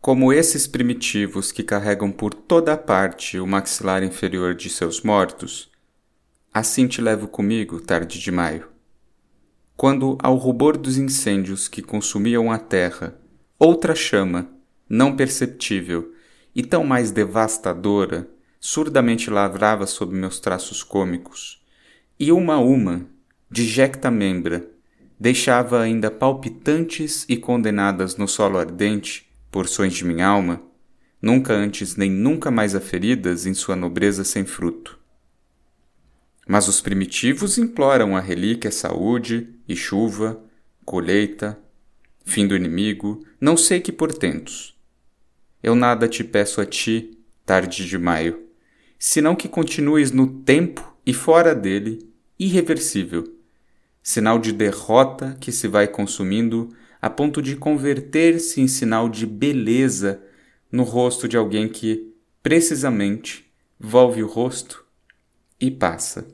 Como esses primitivos que carregam por toda a parte o maxilar inferior de seus mortos, assim te levo comigo, tarde de maio. Quando, ao rubor dos incêndios que consumiam a terra, outra chama, não perceptível e tão mais devastadora, surdamente lavrava sob meus traços cômicos, e uma a uma, dijecta membra, deixava ainda palpitantes e condenadas no solo ardente porções de minha alma, nunca antes nem nunca mais aferidas em sua nobreza sem fruto. Mas os primitivos imploram a relíquia saúde e chuva, colheita, fim do inimigo, não sei que portentos. Eu nada te peço a ti, tarde de maio, senão que continues no tempo e fora dele, irreversível, sinal de derrota que se vai consumindo a ponto de converter-se em sinal de beleza no rosto de alguém que, precisamente, volve o rosto e passa.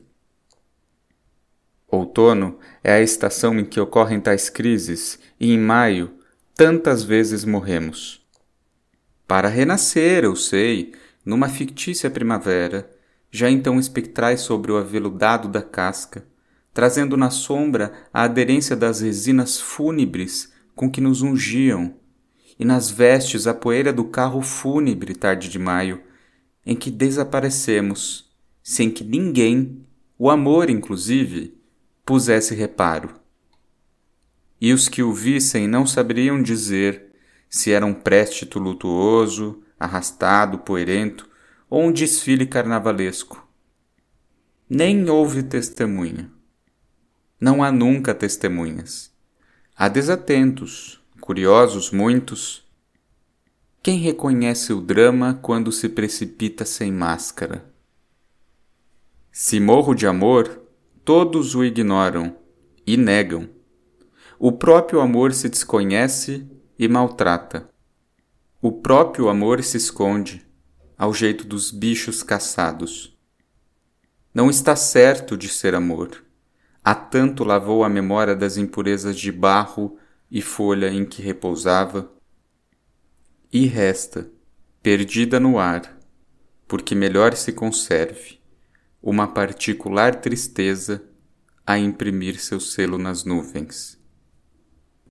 Outono é a estação em que ocorrem tais crises e em maio tantas vezes morremos. Para renascer, eu sei, numa fictícia primavera, já então espectrais sobre o aveludado da casca, trazendo na sombra a aderência das resinas fúnebres com que nos ungiam, e nas vestes a poeira do carro fúnebre tarde de maio, em que desaparecemos, sem que ninguém, o amor inclusive, pusesse reparo. E os que o vissem não saberiam dizer se era um préstito lutuoso, arrastado, poeirento, ou um desfile carnavalesco. Nem houve testemunha. Não há nunca testemunhas. Há desatentos, curiosos muitos. Quem reconhece o drama quando se precipita sem máscara? Se morro de amor, todos o ignoram e negam. O próprio amor se desconhece e maltrata. O próprio amor se esconde, ao jeito dos bichos caçados. Não está certo de ser amor. Há tanto lavou a memória das impurezas de barro e folha em que repousava. E resta, perdida no ar, porque melhor se conserve, uma particular tristeza a imprimir seu selo nas nuvens.